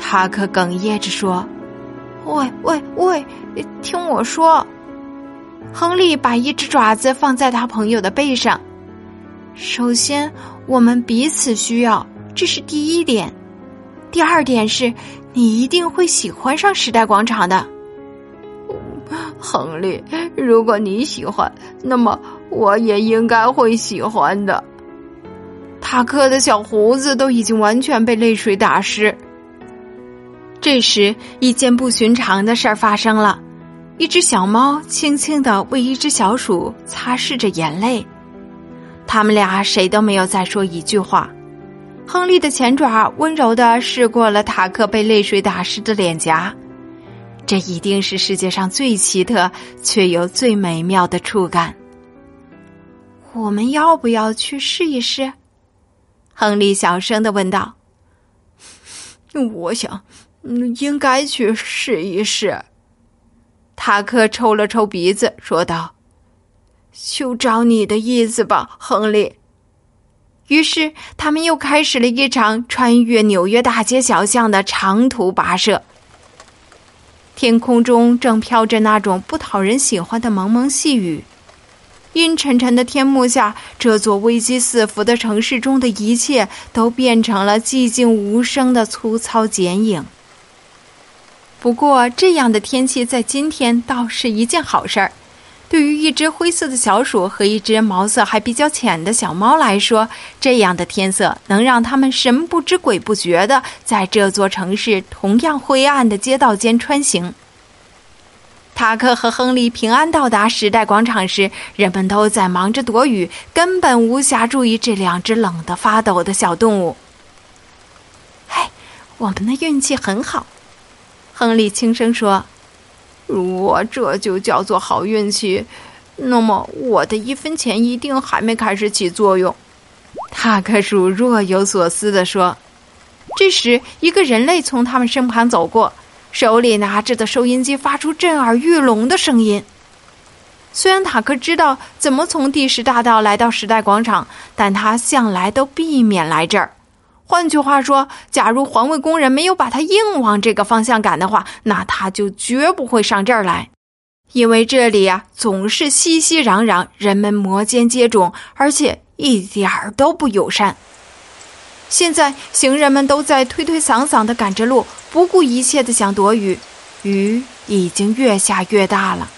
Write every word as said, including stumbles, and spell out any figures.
塔克哽咽着说：喂喂喂，听我说。亨利把一只爪子放在他朋友的背上。首先，我们彼此需要，这是第一点。第二点是，你一定会喜欢上时代广场的。 亨利，如果你喜欢，那么我也应该会喜欢的。 塔克的小胡子都已经完全被泪水打湿。这时，一件不寻常的事儿发生了。一只小猫轻轻地为一只小鼠擦拭着眼泪，他们俩谁都没有再说一句话。亨利的前爪温柔地拭过了塔克被泪水打湿的脸颊，这一定是世界上最奇特却又最美妙的触感。我们要不要去试一试？亨利小声地问道。 我想应该去试一试。 塔克抽了抽鼻子说道： 就照你的意思吧，亨利。 于是他们又开始了一场穿越纽约大街小巷的长途跋涉。天空中正飘着那种不讨人喜欢的蒙蒙细雨，阴沉沉的天幕下，这座危机四伏的城市中的一切都变成了寂静无声的粗糙剪影。不过这样的天气在今天倒是一件好事儿。对于一只灰色的小鼠和一只毛色还比较浅的小猫来说，这样的天色能让它们神不知鬼不觉地在这座城市同样灰暗的街道间穿行。塔克和亨利平安到达时代广场时，人们都在忙着躲雨，根本无暇注意这两只冷得发抖的小动物。嘿，我们的运气很好，亨利轻声说。 如果这就叫做好运气，那么我的一分钱一定还没开始起作用。 塔克鼠若有所思地说。这时，一个人类从他们身旁走过，手里拿着的收音机发出震耳欲聋的声音。虽然塔克知道怎么从第十大道来到时代广场，但他向来都避免来这儿。换句话说，假如环卫工人没有把他硬往这个方向赶的话，那他就绝不会上这儿来。因为这里啊，总是熙熙攘攘，人们摩肩接踵，而且一点儿都不友善。现在行人们都在推推搡搡地赶着路，不顾一切地想躲雨。雨已经越下越大了。